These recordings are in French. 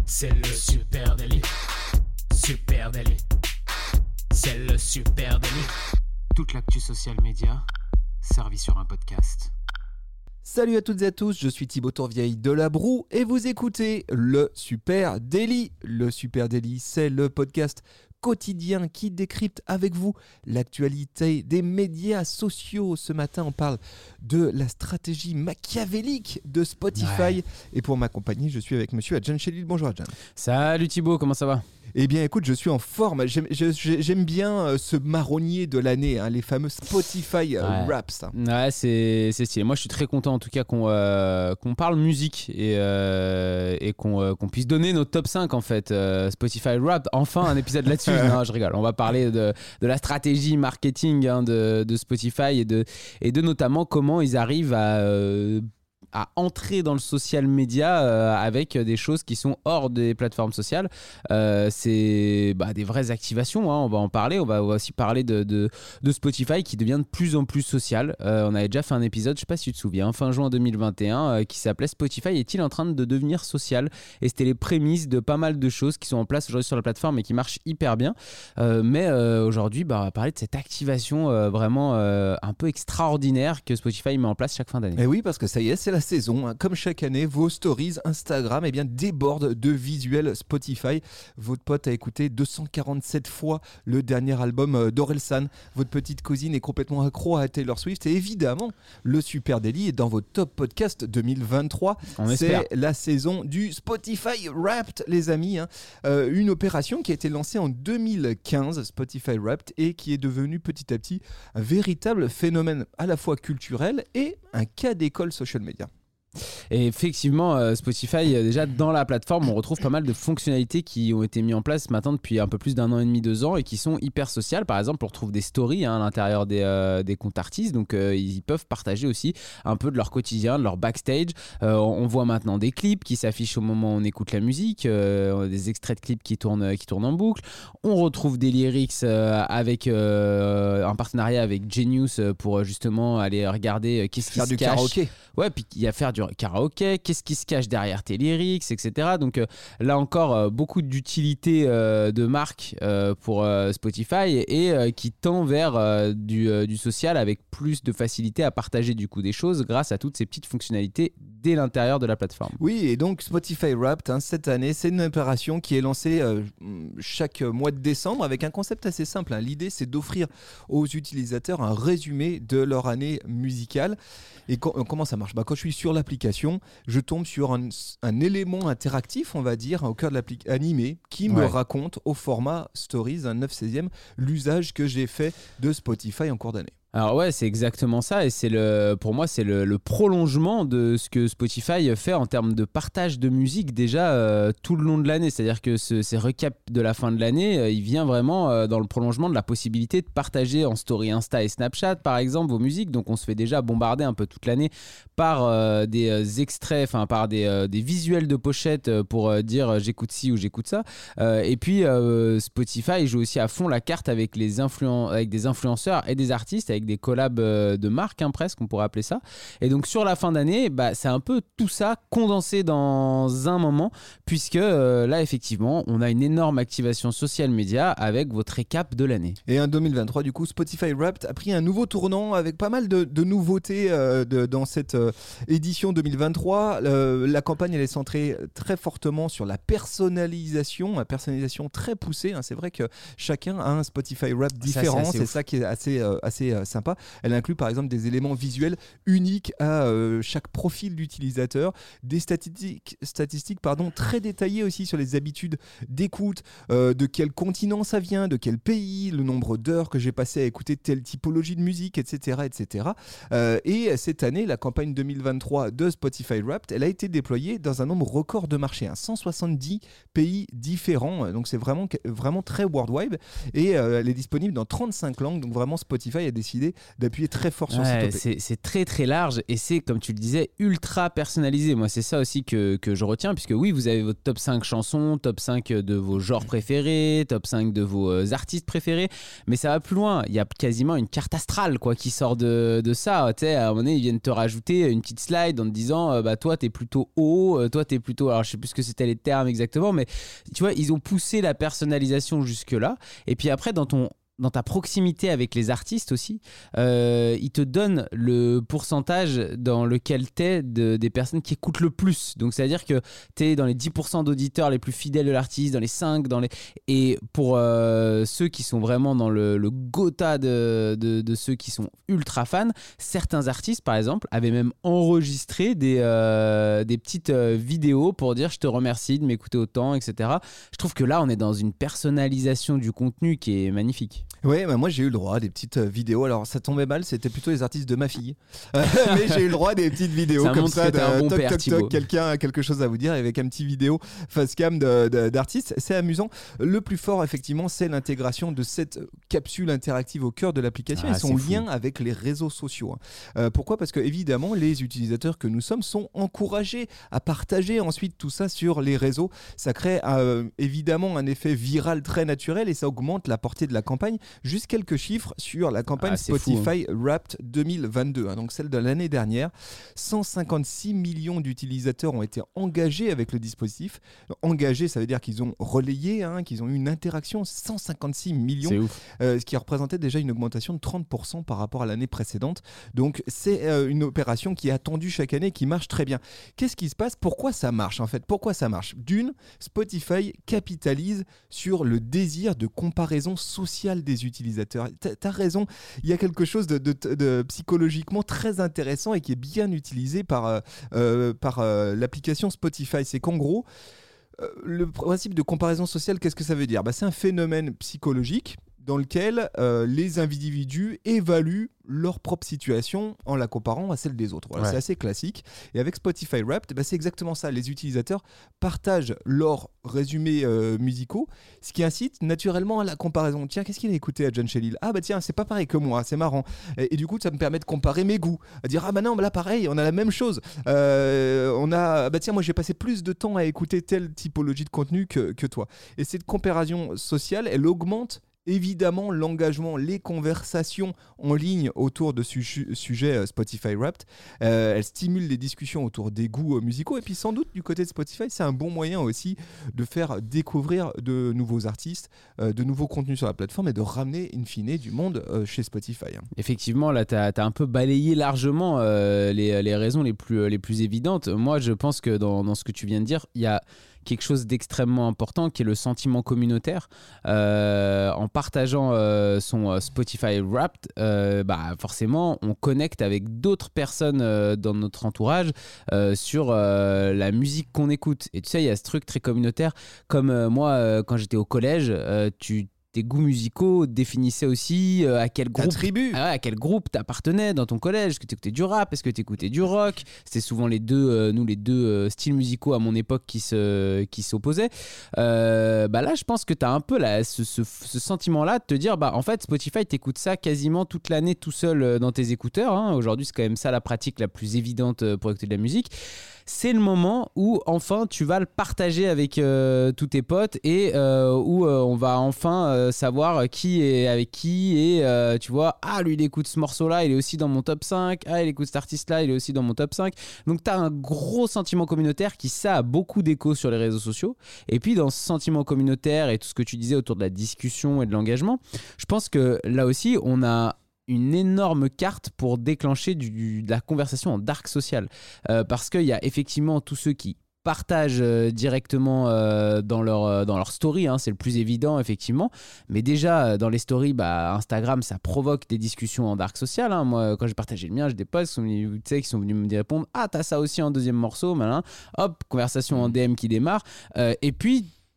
C'est le Super Daily. Super Daily. C'est le Super Daily. Toute l'actu social média servie sur un podcast. Salut à toutes et à tous, je suis Thibaut Tourvieille de La Broue et vous écoutez le Super Daily. Le Super Daily, c'est le podcast quotidien qui décrypte avec vous l'actualité des médias sociaux. Ce matin, on parle de la stratégie machiavélique de Spotify. Ouais. Et pour m'accompagner, je suis avec monsieur Adjan Chelil. Bonjour Adjan. Salut Thibaut, comment ça va ? Eh bien écoute, je suis en forme, j'aime bien ce marronnier de l'année, les fameux Spotify Wraps. Ouais, c'est stylé. Moi je suis très content en tout cas qu'on parle musique et qu'on puisse donner notre top 5 en fait. Spotify Wrapped, enfin un épisode là-dessus. Non, je rigole, on va parler de la stratégie marketing de Spotify et de notamment comment ils arrivent à entrer dans le social media avec des choses qui sont hors des plateformes sociales. C'est des vraies activations, on va en parler. On va aussi parler de Spotify qui devient de plus en plus social. On avait déjà fait un épisode, je ne sais pas si tu te souviens, fin juin 2021, qui s'appelait Spotify est-il en train de devenir social ? Et c'était les prémices de pas mal de choses qui sont en place aujourd'hui sur la plateforme et qui marchent hyper bien. Mais aujourd'hui, on va parler de cette activation vraiment un peu extraordinaire que Spotify met en place chaque fin d'année. Et oui, parce que ça y est, c'est la saison. Comme chaque année, vos stories Instagram débordent de visuels Spotify. Votre pote a écouté 247 fois le dernier album d'Orelsan. Votre petite cousine est complètement accro à Taylor Swift. Et évidemment, le Super Daily est dans votre top podcast 2023. C'est la saison du Spotify Wrapped, les amis. Une opération qui a été lancée en 2015, Spotify Wrapped, et qui est devenue petit à petit un véritable phénomène à la fois culturel et un cas d'école social media. Et effectivement, Spotify, déjà dans la plateforme, on retrouve pas mal de fonctionnalités qui ont été mises en place maintenant depuis un peu plus d'1 an et demi, 2 ans et qui sont hyper sociales. Par exemple, on retrouve des stories à l'intérieur des comptes artistes, donc ils peuvent partager aussi un peu de leur quotidien, de leur backstage. On voit maintenant des clips qui s'affichent au moment où on écoute la musique, des extraits de clips qui tournent en boucle. On retrouve des lyrics avec un partenariat avec Genius pour justement aller regarder qu'est-ce qui se cache. Karaoké. Ouais, puis il y a faire du karaoké, qu'est-ce qui se cache derrière tes lyrics, etc. Donc là encore, beaucoup d'utilité de marque pour Spotify et qui tend vers du social avec plus de facilité à partager du coup des choses grâce à toutes ces petites fonctionnalités dès l'intérieur de la plateforme. Oui, et donc Spotify Wrapped, cette année, c'est une opération qui est lancée chaque mois de décembre avec un concept assez simple. L'idée, c'est d'offrir aux utilisateurs un résumé de leur année musicale. Et comment ça marche ? Quand je suis sur l'application, je tombe sur un élément interactif, on va dire, au cœur de l'application animé, qui me raconte au format Stories, un 9/16e, l'usage que j'ai fait de Spotify en cours d'année. Alors ouais, c'est exactement ça et pour moi c'est le prolongement de ce que Spotify fait en termes de partage de musique déjà tout le long de l'année. C'est-à-dire que ces recaps de la fin de l'année, il vient vraiment dans le prolongement de la possibilité de partager en story Insta et Snapchat par exemple vos musiques. Donc on se fait déjà bombarder un peu toute l'année par des extraits, enfin par des visuels de pochette pour dire j'écoute ci ou j'écoute ça. Et puis Spotify joue aussi à fond la carte avec avec des influenceurs et des artistes, avec des collabs de marque presque, on pourrait appeler ça. Et donc sur la fin d'année, c'est un peu tout ça condensé dans un moment, puisque là effectivement on a une énorme activation social media avec votre récap de l'année. Et en 2023 du coup, Spotify Wrapped a pris un nouveau tournant avec pas mal de nouveautés dans cette édition 2023. La campagne elle est centrée très fortement sur la personnalisation très poussée. C'est vrai que chacun a un Spotify Wrapped différent, c'est ça qui est assez sympa. Elle inclut par exemple des éléments visuels uniques à chaque profil d'utilisateur, des statistiques très détaillées aussi sur les habitudes d'écoute, de quel continent ça vient, de quel pays, le nombre d'heures que j'ai passé à écouter telle typologie de musique, etc. Et cette année, la campagne 2023 de Spotify Wrapped, elle a été déployée dans un nombre record de marchés, 170 pays différents, donc c'est vraiment très worldwide et elle est disponible dans 35 langues, donc vraiment Spotify a décidé décidé d'appuyer très fort sur ce topic. C'est très très large et c'est, comme tu le disais, ultra personnalisé. Moi, c'est ça aussi que je retiens, puisque oui, vous avez votre top 5 chansons, top 5 de vos genres préférés, top 5 de vos artistes préférés, mais ça va plus loin. Il y a quasiment une carte astrale quoi, qui sort de ça. Tu sais, à un moment donné, ils viennent te rajouter une petite slide en te disant toi, t'es plutôt haut, toi, t'es plutôt... Alors, je sais plus ce que c'était les termes exactement, mais tu vois, ils ont poussé la personnalisation jusque-là. Et puis après, dans ta proximité avec les artistes aussi, ils te donnent le pourcentage dans lequel t'es des personnes qui écoutent le plus. Donc, c'est-à-dire que t'es dans les 10% d'auditeurs les plus fidèles de l'artiste, dans les 5, Et pour ceux qui sont vraiment dans le Gotha de ceux qui sont ultra fans, certains artistes, par exemple, avaient même enregistré des petites vidéos pour dire « Je te remercie de m'écouter autant », etc. Je trouve que là, on est dans une personnalisation du contenu qui est magnifique. Ouais, bah moi j'ai eu le droit à des petites vidéos. Alors ça tombait mal, c'était plutôt les artistes de ma fille. Mais j'ai eu le droit à des petites vidéos ça comme ça. Que un bon toc, père, toc, toc, quelqu'un a quelque chose à vous dire avec un petit vidéo facecam d'artistes. C'est amusant. Le plus fort, effectivement, c'est l'intégration de cette capsule interactive au cœur de l'application et son lien avec les réseaux sociaux. Pourquoi ? Parce que évidemment, les utilisateurs que nous sommes sont encouragés à partager ensuite tout ça sur les réseaux. Ça crée évidemment un effet viral très naturel et ça augmente la portée de la campagne. Juste quelques chiffres sur la campagne Spotify Wrapped 2022, donc celle de l'année dernière. 156 millions d'utilisateurs ont été engagés avec le dispositif. Engagés, ça veut dire qu'ils ont relayé, qu'ils ont eu une interaction. 156 millions, ce qui représentait déjà une augmentation de 30% par rapport à l'année précédente. Donc c'est une opération qui est attendue chaque année, qui marche très bien. Qu'est-ce qui se passe ? Pourquoi ça marche en fait ? Pourquoi ça marche ? D'une, Spotify capitalise sur le désir de comparaison sociale des utilisateurs. T'as raison, il y a quelque chose de psychologiquement très intéressant et qui est bien utilisé par l'application Spotify. C'est qu'en gros, le principe de comparaison sociale, qu'est-ce que ça veut dire ? C'est un phénomène psychologique dans lequel les individus évaluent leur propre situation en la comparant à celle des autres. Voilà, c'est assez classique. Et avec Spotify Wrapped, c'est exactement ça. Les utilisateurs partagent leurs résumés musicaux, ce qui incite naturellement à la comparaison. Tiens, qu'est-ce qu'il a écouté à John Shelil ? Ah tiens, c'est pas pareil que moi, c'est marrant. Et du coup, ça me permet de comparer mes goûts. À dire, non, là pareil, on a la même chose. Tiens, moi j'ai passé plus de temps à écouter telle typologie de contenu que toi. Et cette comparaison sociale, elle augmente évidemment l'engagement, les conversations en ligne autour de sujets Spotify Wrapped. Elle stimule les discussions autour des goûts musicaux et puis sans doute du côté de Spotify, c'est un bon moyen aussi de faire découvrir de nouveaux artistes, de nouveaux contenus sur la plateforme et de ramener in fine du monde chez Spotify. Effectivement, là tu as un peu balayé largement les raisons les plus évidentes. Moi je pense que dans ce que tu viens de dire, il y a quelque chose d'extrêmement important qui est le sentiment communautaire. En partageant son Spotify Wrapped, forcément on connecte avec d'autres personnes dans notre entourage sur la musique qu'on écoute. Et tu sais, il y a ce truc très communautaire. Comme moi, quand j'étais au collège, tes goûts musicaux définissaient aussi à quel groupe t'appartenais dans ton collège. Est-ce que t'écoutais du rap ? Est-ce que t'écoutais du rock ? C'était souvent les deux styles musicaux à mon époque qui s'opposaient. Là, je pense que t'as un peu ce sentiment-là de te dire, en fait, Spotify, t'écoutes ça quasiment toute l'année tout seul dans tes écouteurs. Aujourd'hui, c'est quand même ça la pratique la plus évidente pour écouter de la musique. C'est le moment où enfin tu vas le partager avec tous tes potes et où on va enfin savoir qui est avec qui et tu vois, lui il écoute ce morceau-là, il est aussi dans mon top 5, il écoute cet artiste-là, il est aussi dans mon top 5. Donc tu as un gros sentiment communautaire qui ça a beaucoup d'écho sur les réseaux sociaux. Et puis dans ce sentiment communautaire et tout ce que tu disais autour de la discussion et de l'engagement, je pense que là aussi on a une énorme carte pour déclencher de la conversation en dark social. Parce qu'il y a effectivement tous ceux qui partagent directement dans leur story, c'est le plus évident effectivement, mais déjà dans les stories, Instagram ça provoque des discussions en dark social. Moi quand j'ai partagé le mien, j'ai des posts qui sont venus me répondre, t'as ça aussi en deuxième morceau, malin. Hop, conversation en DM qui démarre, et puis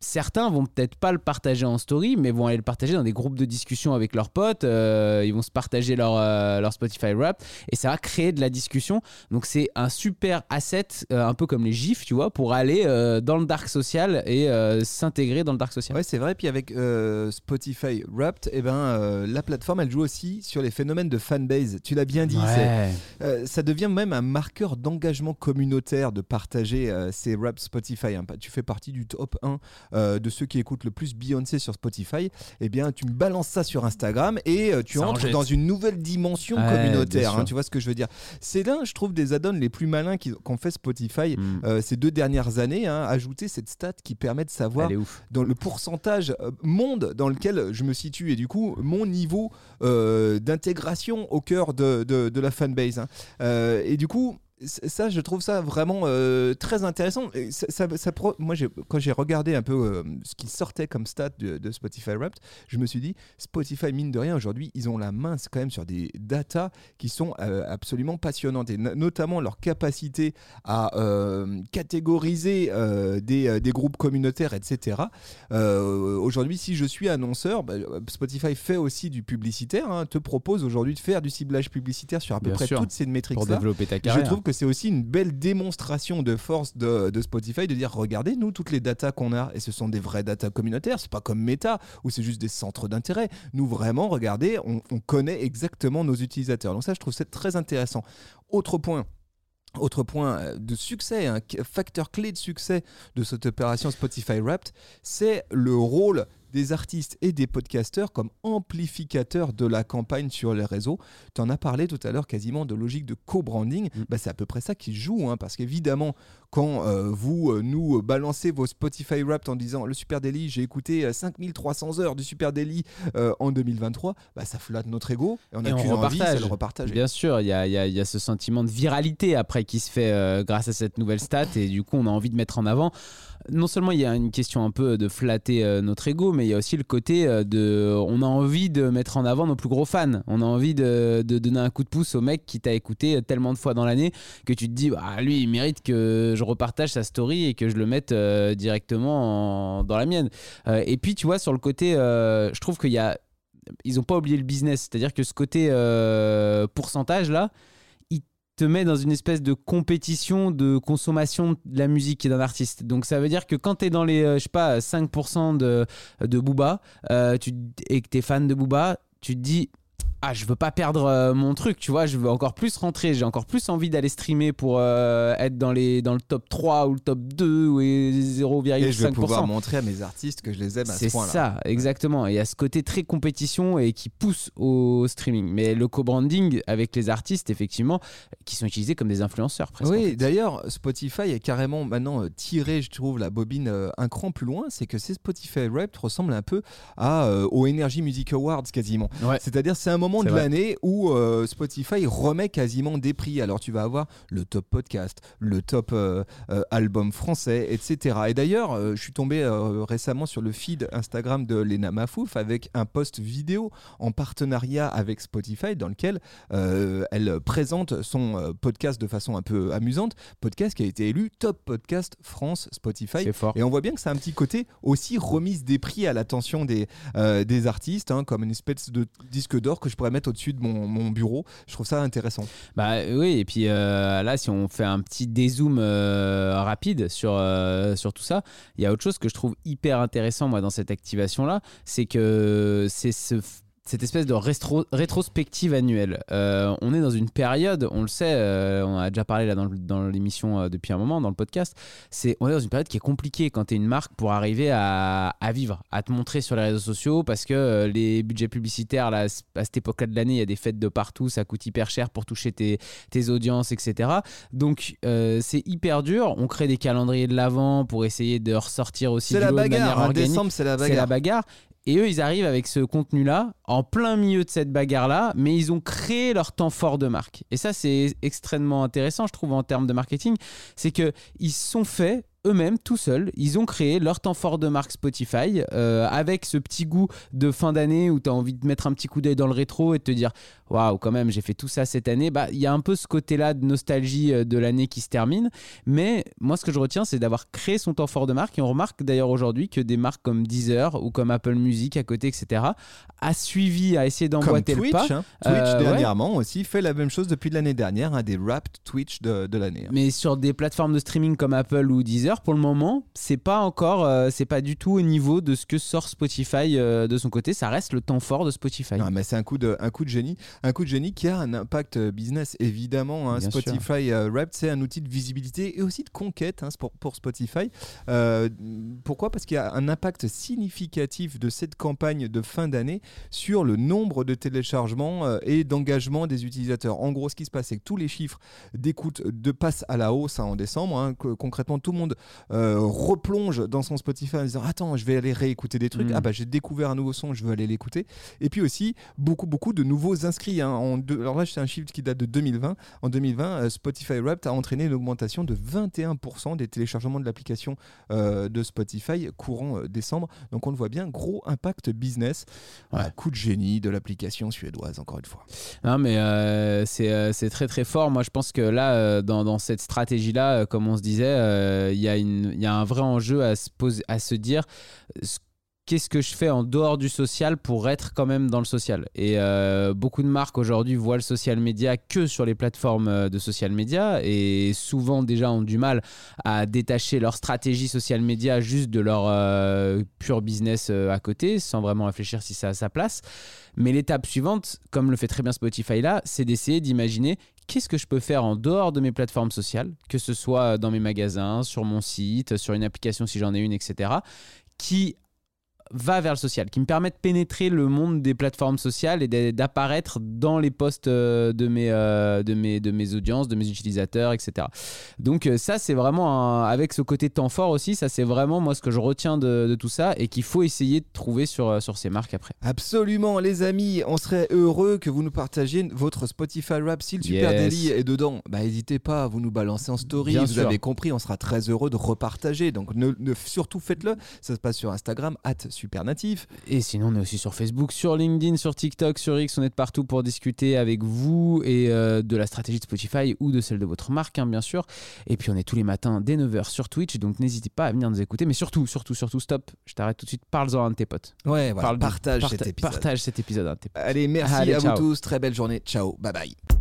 certains vont peut-être pas le partager en story, mais vont aller le partager dans des groupes de discussion avec leurs potes. Ils vont se partager leur Spotify Wrapped et ça va créer de la discussion. Donc c'est un super asset, un peu comme les gifs, tu vois, pour aller dans le dark social et s'intégrer dans le dark social. Ouais, c'est vrai. Puis avec Spotify Wrapped, la plateforme, elle joue aussi sur les phénomènes de fanbase. Tu l'as bien dit. Ouais. Ça devient même un marqueur d'engagement communautaire de partager ces Wrapped Spotify. Hein. Tu fais partie du top 1 de ceux qui écoutent le plus Beyoncé sur Spotify. Eh bien, tu me balances ça sur Instagram et tu ça entres dans une nouvelle dimension communautaire. Tu vois ce que je veux dire? C'est l'un, je trouve, des add-ons les plus malins qu'ont fait Spotify ces 2 dernières années. Ajouter cette stat qui permet de savoir dans le pourcentage monde dans lequel je me situe et du coup mon niveau d'intégration au cœur de la fanbase. Et du coup, ça, je trouve ça vraiment très intéressant. Et moi, quand j'ai regardé un peu ce qui sortait comme stat de Spotify Wrapped, je me suis dit, Spotify, mine de rien, aujourd'hui, ils ont la main quand même sur des datas qui sont absolument passionnantes. Et notamment leur capacité à catégoriser des groupes communautaires, etc. Aujourd'hui, si je suis annonceur, Spotify fait aussi du publicitaire, te propose aujourd'hui de faire du ciblage publicitaire sur à peu près toutes ces métriques-là. Pour développer ta carrière. Je trouve que c'est aussi une belle démonstration de force de Spotify de dire regardez nous toutes les datas qu'on a et ce sont des vraies datas communautaires, c'est pas comme Meta où c'est juste des centres d'intérêt. Nous vraiment regardez, on connaît exactement nos utilisateurs. Donc ça je trouve c'est très intéressant. Autre point de succès, un facteur clé de succès de cette opération Spotify Wrapped, c'est le rôle des artistes et des podcasteurs comme amplificateurs de la campagne sur les réseaux. Tu en as parlé tout à l'heure quasiment de logique de co-branding. C'est à peu près ça qui joue, parce qu'évidemment, quand vous nous balancez vos Spotify Wrapped en disant le Super Daily, j'ai écouté 5300 heures du Super Daily en 2023, ça flatte notre ego et on a qu'une envie, c'est le repartager. Bien sûr, il y a ce sentiment de viralité après qui se fait grâce à cette nouvelle stat et du coup on a envie de mettre en avant. Non seulement il y a une question un peu de flatter notre ego, mais il y a aussi le côté on a envie de mettre en avant nos plus gros fans. On a envie de donner un coup de pouce au mec qui t'a écouté tellement de fois dans l'année que tu te dis lui il mérite que je repartage sa story et que je le mette directement dans la mienne. Et puis tu vois sur le côté, je trouve ils n'ont pas oublié le business, c'est-à-dire que ce côté pourcentage là, te met dans une espèce de compétition de consommation de la musique d'un artiste. Donc ça veut dire que quand tu es dans les 5% de Booba et que tu es fan de Booba, tu te dis je veux pas perdre mon truc, tu vois, je veux encore plus rentrer, j'ai encore plus envie d'aller streamer pour être dans le top 3 ou le top 2 ou 0,5%. Et je vais pouvoir montrer à mes artistes que je les aime à ce point-là. C'est ça, exactement. Et il y a ce côté très compétition et qui pousse au streaming. Mais le co-branding avec les artistes, effectivement, qui sont utilisés comme des influenceurs presque. Oui, d'ailleurs, Spotify est carrément maintenant tiré, je trouve, la bobine un cran plus loin. C'est que ces Spotify Wrapped ressemblent un peu aux Energy Music Awards quasiment. Ouais. C'est-à-dire, c'est un moment de l'année où Spotify remet quasiment des prix. Alors tu vas avoir le top podcast, le top album français, etc. Et d'ailleurs, je suis tombé récemment sur le feed Instagram de Lena Mafouf avec un post vidéo en partenariat avec Spotify dans lequel elle présente son podcast de façon un peu amusante. Podcast qui a été élu top podcast France Spotify. C'est fort. Et on voit bien que c'est un petit côté aussi remise des prix à l'attention des artistes, comme une espèce de disque d'or que je pourrais mettre au-dessus de mon bureau. Je trouve ça intéressant. Oui, et puis là, si on fait un petit dézoom rapide sur tout ça, il y a autre chose que je trouve hyper intéressant moi dans cette activation-là, c'est que c'est cette espèce de rétrospective annuelle. On est dans une période, on le sait, on a déjà parlé là dans l'émission depuis un moment, dans le podcast, on est dans une période qui est compliquée quand tu es une marque pour arriver à vivre, à te montrer sur les réseaux sociaux parce que les budgets publicitaires, là, à cette époque-là de l'année, il y a des fêtes de partout, ça coûte hyper cher pour toucher tes audiences, etc. Donc c'est hyper dur, on crée des calendriers de l'avant pour essayer de ressortir aussi de manière organique. Décembre, c'est la bagarre. Et eux, ils arrivent avec ce contenu-là, en plein milieu de cette bagarre-là, mais ils ont créé leur temps fort de marque. Et ça, c'est extrêmement intéressant, je trouve, en termes de marketing. C'est qu'ils se sont fait eux-mêmes, tout seuls, ils ont créé leur temps fort de marque Spotify avec ce petit goût de fin d'année où tu as envie de mettre un petit coup d'œil dans le rétro et de te dire waouh, quand même, j'ai fait tout ça cette année. Il y a un peu ce côté-là de nostalgie de l'année qui se termine. Mais moi, ce que je retiens, c'est d'avoir créé son temps fort de marque. Et on remarque d'ailleurs aujourd'hui que des marques comme Deezer ou comme Apple Music à côté, etc., a essayé d'emboîter Twitch, le pas. Twitch, dernièrement, aussi, fait la même chose depuis l'année dernière, des Wrapped Twitch de l'année. Mais sur des plateformes de streaming comme Apple ou Deezer, pour le moment, c'est pas du tout au niveau de ce que sort Spotify de son côté. Ça reste le temps fort de Spotify. Non, mais c'est un coup de génie qui a un impact business évidemment. Spotify Wrapped, c'est un outil de visibilité et aussi de conquête pour Spotify. Pourquoi ? Parce qu'il y a un impact significatif de cette campagne de fin d'année sur le nombre de téléchargements et d'engagement des utilisateurs. En gros, ce qui se passe, c'est que tous les chiffres d'écoute passent à la hausse en décembre. Concrètement, tout le monde replonge dans son Spotify en disant attends, je vais aller réécouter des trucs. J'ai découvert un nouveau son, je veux aller l'écouter. Et puis aussi beaucoup de nouveaux inscrits. Alors là, c'est un chiffre qui date de 2020. En 2020, Spotify Wrapped a entraîné une augmentation de 21% des téléchargements de l'application de Spotify courant décembre. Donc on le voit bien, gros impact business. Coup de génie de l'application suédoise, encore une fois. Non, mais c'est très très fort. Moi, je pense que là, dans cette stratégie-là, comme on se disait, il y a un vrai enjeu à se dire qu'est-ce que je fais en dehors du social pour être quand même dans le social. Et beaucoup de marques aujourd'hui voient le social media que sur les plateformes de social media et souvent déjà ont du mal à détacher leur stratégie social media juste de leur pur business à côté sans vraiment réfléchir si ça a sa place. Mais l'étape suivante, comme le fait très bien Spotify là, c'est d'essayer d'imaginer qu'est-ce que je peux faire en dehors de mes plateformes sociales, que ce soit dans mes magasins, sur mon site, sur une application si j'en ai une, etc., qui va vers le social, qui me permet de pénétrer le monde des plateformes sociales et d'apparaître dans les posts de mes audiences, de mes utilisateurs, etc. Donc ça, c'est vraiment, avec ce côté temps fort aussi, ça c'est vraiment moi ce que je retiens de tout ça et qu'il faut essayer de trouver sur ces marques après. Absolument, les amis, on serait heureux que vous nous partagiez votre Spotify Wrapped. Si le Super Daily est dedans, n'hésitez pas à vous nous balancer en story. Bien sûr. Avez compris, on sera très heureux de repartager. Donc surtout faites-le. Ça se passe sur Instagram, @supernatif. Et sinon, on est aussi sur Facebook, sur LinkedIn, sur TikTok, sur X. On est de partout pour discuter avec vous et de la stratégie de Spotify ou de celle de votre marque, bien sûr. Et puis, on est tous les matins dès 9h sur Twitch. Donc, n'hésitez pas à venir nous écouter. Mais surtout, stop. Je t'arrête tout de suite. Parle-en à un de tes potes. Ouais, voilà. Partage cet épisode. Partage cet épisode à un de tes potes. Allez, merci à vous tous. Très belle journée. Ciao. Bye bye.